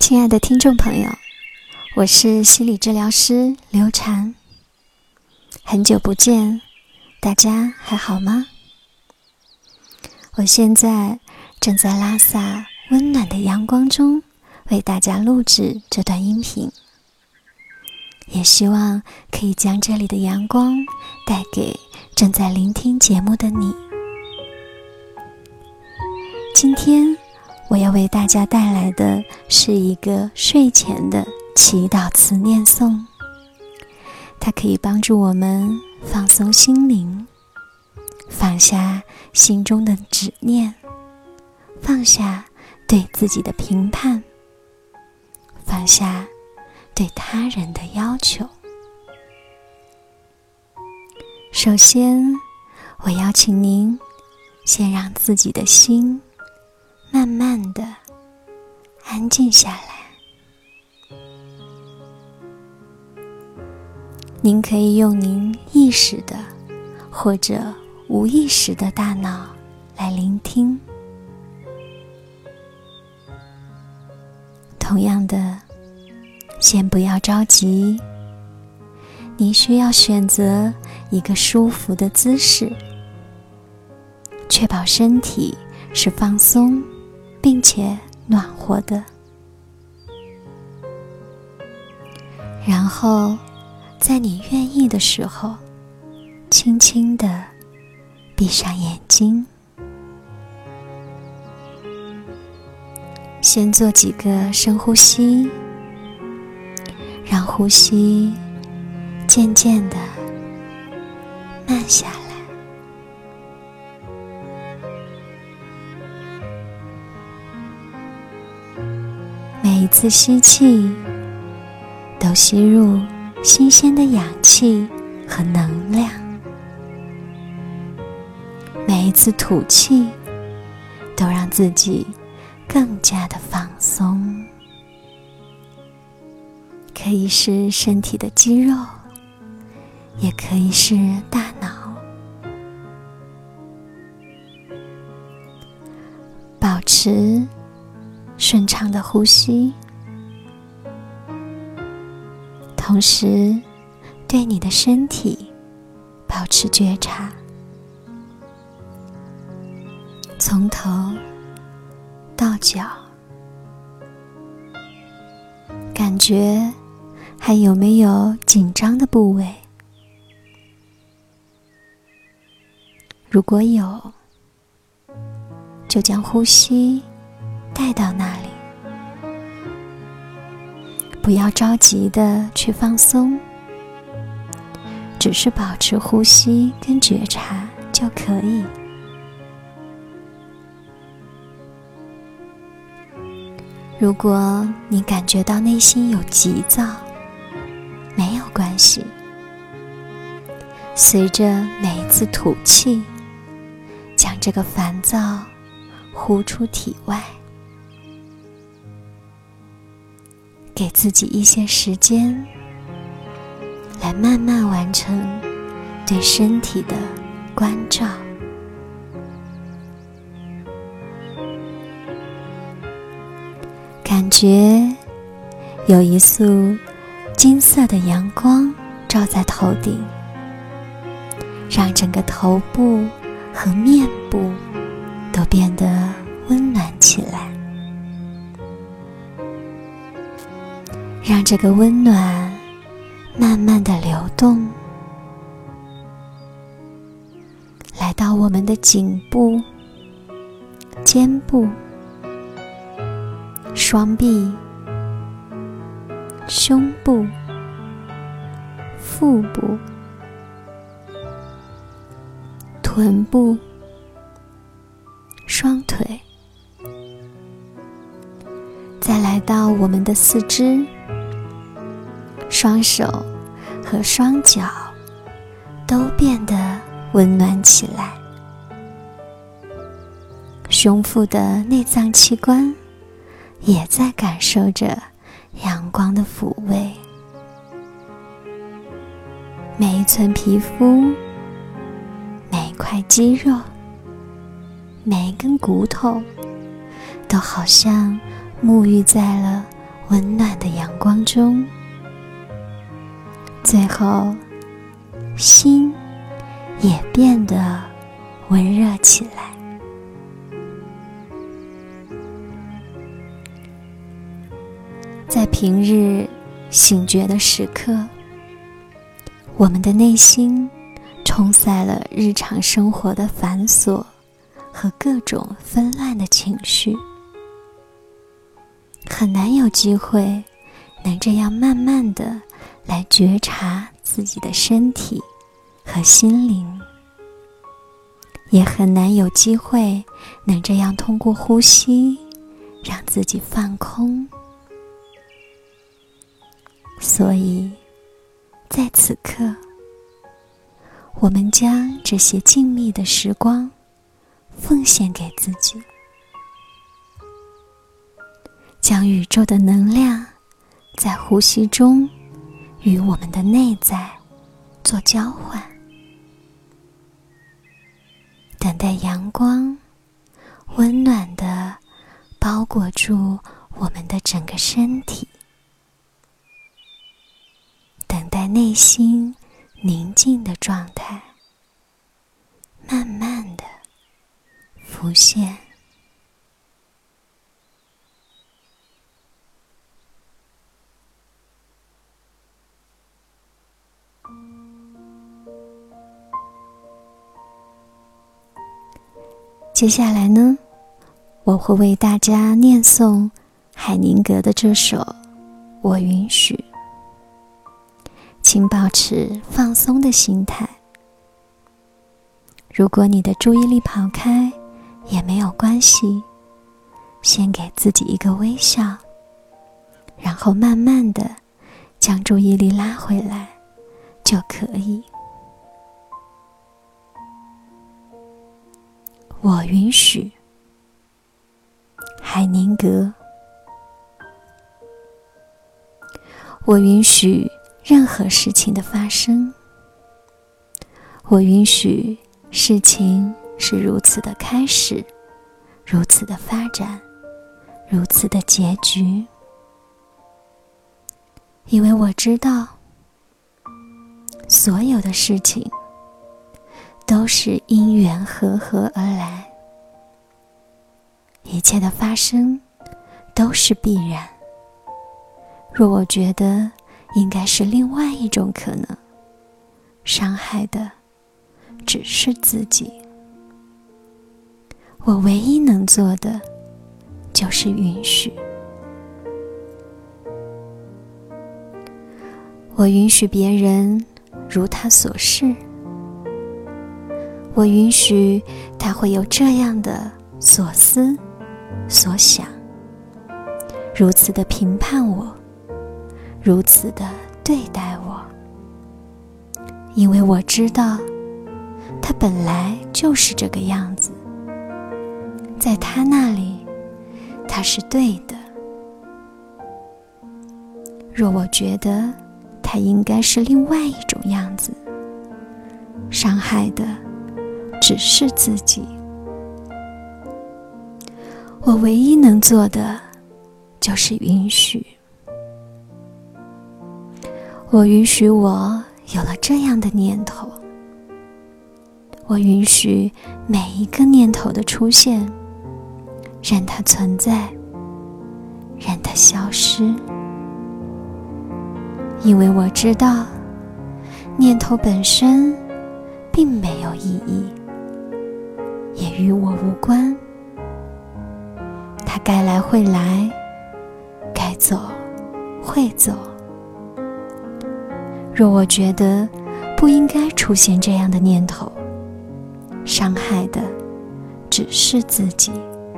亲爱的听众朋友，我是心理治疗师刘禅。很久不见，大家还好吗？我现在正在拉萨温暖的阳光中为大家录制这段音频，也希望可以将这里的阳光带给正在聆听节目的你。今天我要为大家带来的是一个睡前的祈祷词念诵，它可以帮助我们放松心灵，放下心中的执念，放下对自己的评判，放下对他人的要求。首先，我邀请您先让自己的心慢慢地安静下来。您可以用您意识的或者无意识的大脑来聆听。同样的，先不要着急，你需要选择一个舒服的姿势，确保身体是放松并且暖和的。然后在你愿意的时候，轻轻地闭上眼睛，先做几个深呼吸，让呼吸渐渐地慢下来。每一次吸气都吸入新鲜的氧气和能量，每一次吐气都让自己更加的放松。可以是身体的肌肉，也可以是大脑。保持顺畅的呼吸，同时对你的身体保持觉察，从头到脚，感觉还有没有紧张的部位？如果有，就将呼吸带到那里，不要着急的去放松，只是保持呼吸跟觉察就可以。如果你感觉到内心有急躁，没有关系，随着每一次吐气，将这个烦躁呼出体外，给自己一些时间，来慢慢完成对身体的关照。感觉有一束金色的阳光照在头顶，让整个头部和面部都变得温暖起来，让这个温暖慢慢的流动，来到我们的颈部、肩部、双臂、胸部、腹部、臀部、双腿，再来到我们的四肢、双手和双脚都变得温暖起来。胸腹的内脏器官也在感受着阳光的抚慰，每一寸皮肤，每一块肌肉，每一根骨头，都好像沐浴在了温暖的阳光中，最后心也变得温热起来。在平日醒觉的时刻，我们的内心充塞了日常生活的繁琐和各种纷乱的情绪，很难有机会能这样慢慢地来觉察自己的身体和心灵，也很难有机会能这样通过呼吸让自己放空。所以在此刻，我们将这些静谧的时光奉献给自己，将宇宙的能量在呼吸中与我们的内在做交换，等待阳光温暖地包裹住我们的整个身体，等待内心宁静的状态慢慢地浮现。接下来呢，我会为大家念诵海宁格的这首《我允许》，请保持放松的心态。如果你的注意力跑开也没有关系，先给自己一个微笑，然后慢慢地将注意力拉回来就可以。我允许，海宁格。我允许任何事情的发生，我允许事情是如此的开始，如此的发展，如此的结局，因为我知道所有的事情都是因缘和合而来，一切的发生都是必然。若我觉得应该是另外一种可能，伤害的只是自己。我唯一能做的就是允许。我允许别人如他所示，我允许他会有这样的所思所想，如此的评判我，如此的对待我，因为我知道他本来就是这个样子，在他那里他是对的。若我觉得他应该是另外一种样子，伤害的只是自己。我唯一能做的就是允许。我允许我有了这样的念头，我允许每一个念头的出现，让它存在，让它消失，因为我知道念头本身并没有意义，也与我无关，它该来会来，该走会走。若我觉得不应该出现这样的念头，伤害的只是自己。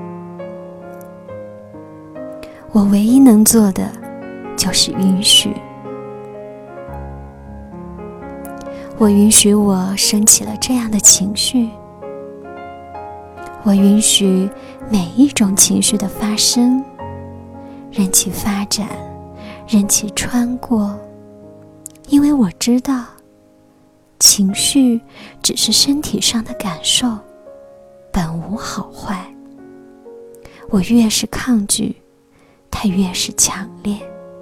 我唯一能做的就是允许。我允许我升起了这样的情绪，我允许每一种情绪的发生，任其发展，任其穿过，因为我知道情绪只是身体上的感受，本无好坏。我越是抗拒，它它越是强烈。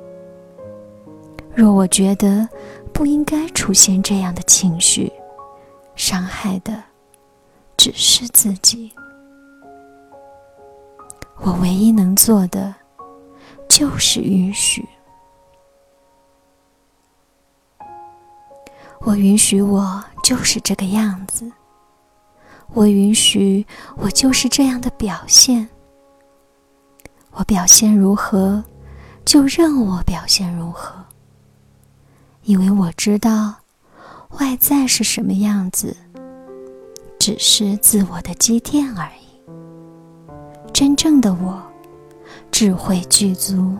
若我觉得不应该出现这样的情绪，伤害的只是自己。我唯一能做的就是允许。我允许我就是这个样子，我允许我就是这样的表现。我表现如何，就任我表现如何，因为我知道外在是什么样子，只是自我的积淀而已。真正的我，智慧具足。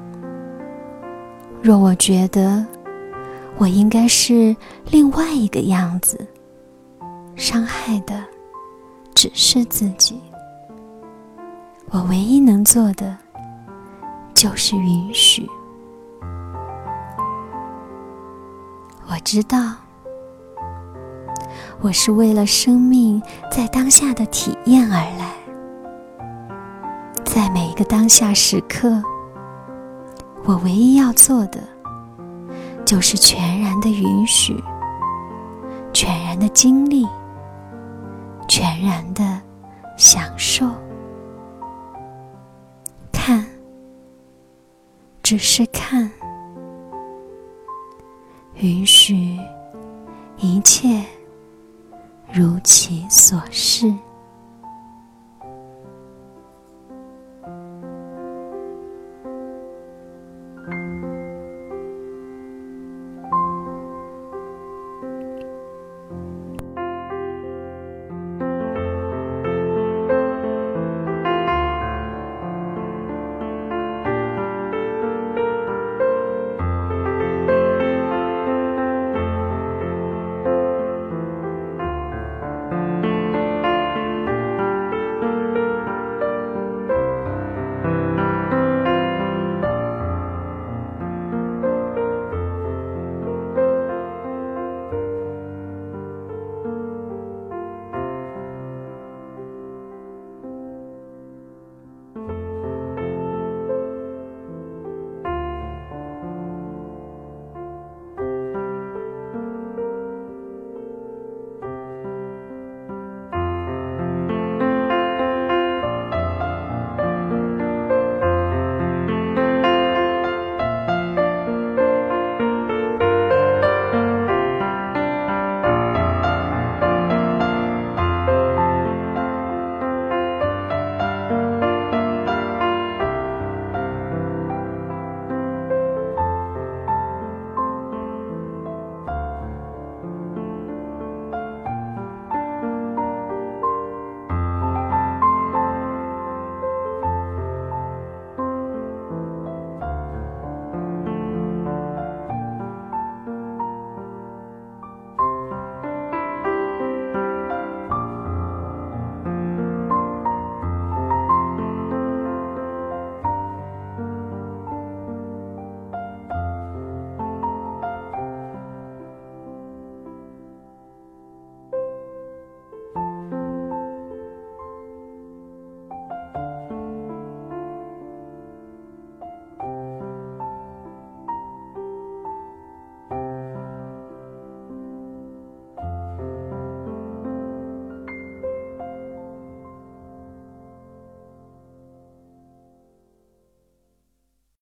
若我觉得我应该是另外一个样子，伤害的只是自己。我唯一能做的就是允许。我知道，我是为了生命在当下的体验而来。在每一个当下时刻，我唯一要做的就是全然的允许，全然的经历，全然的享受。看，只是看，允许，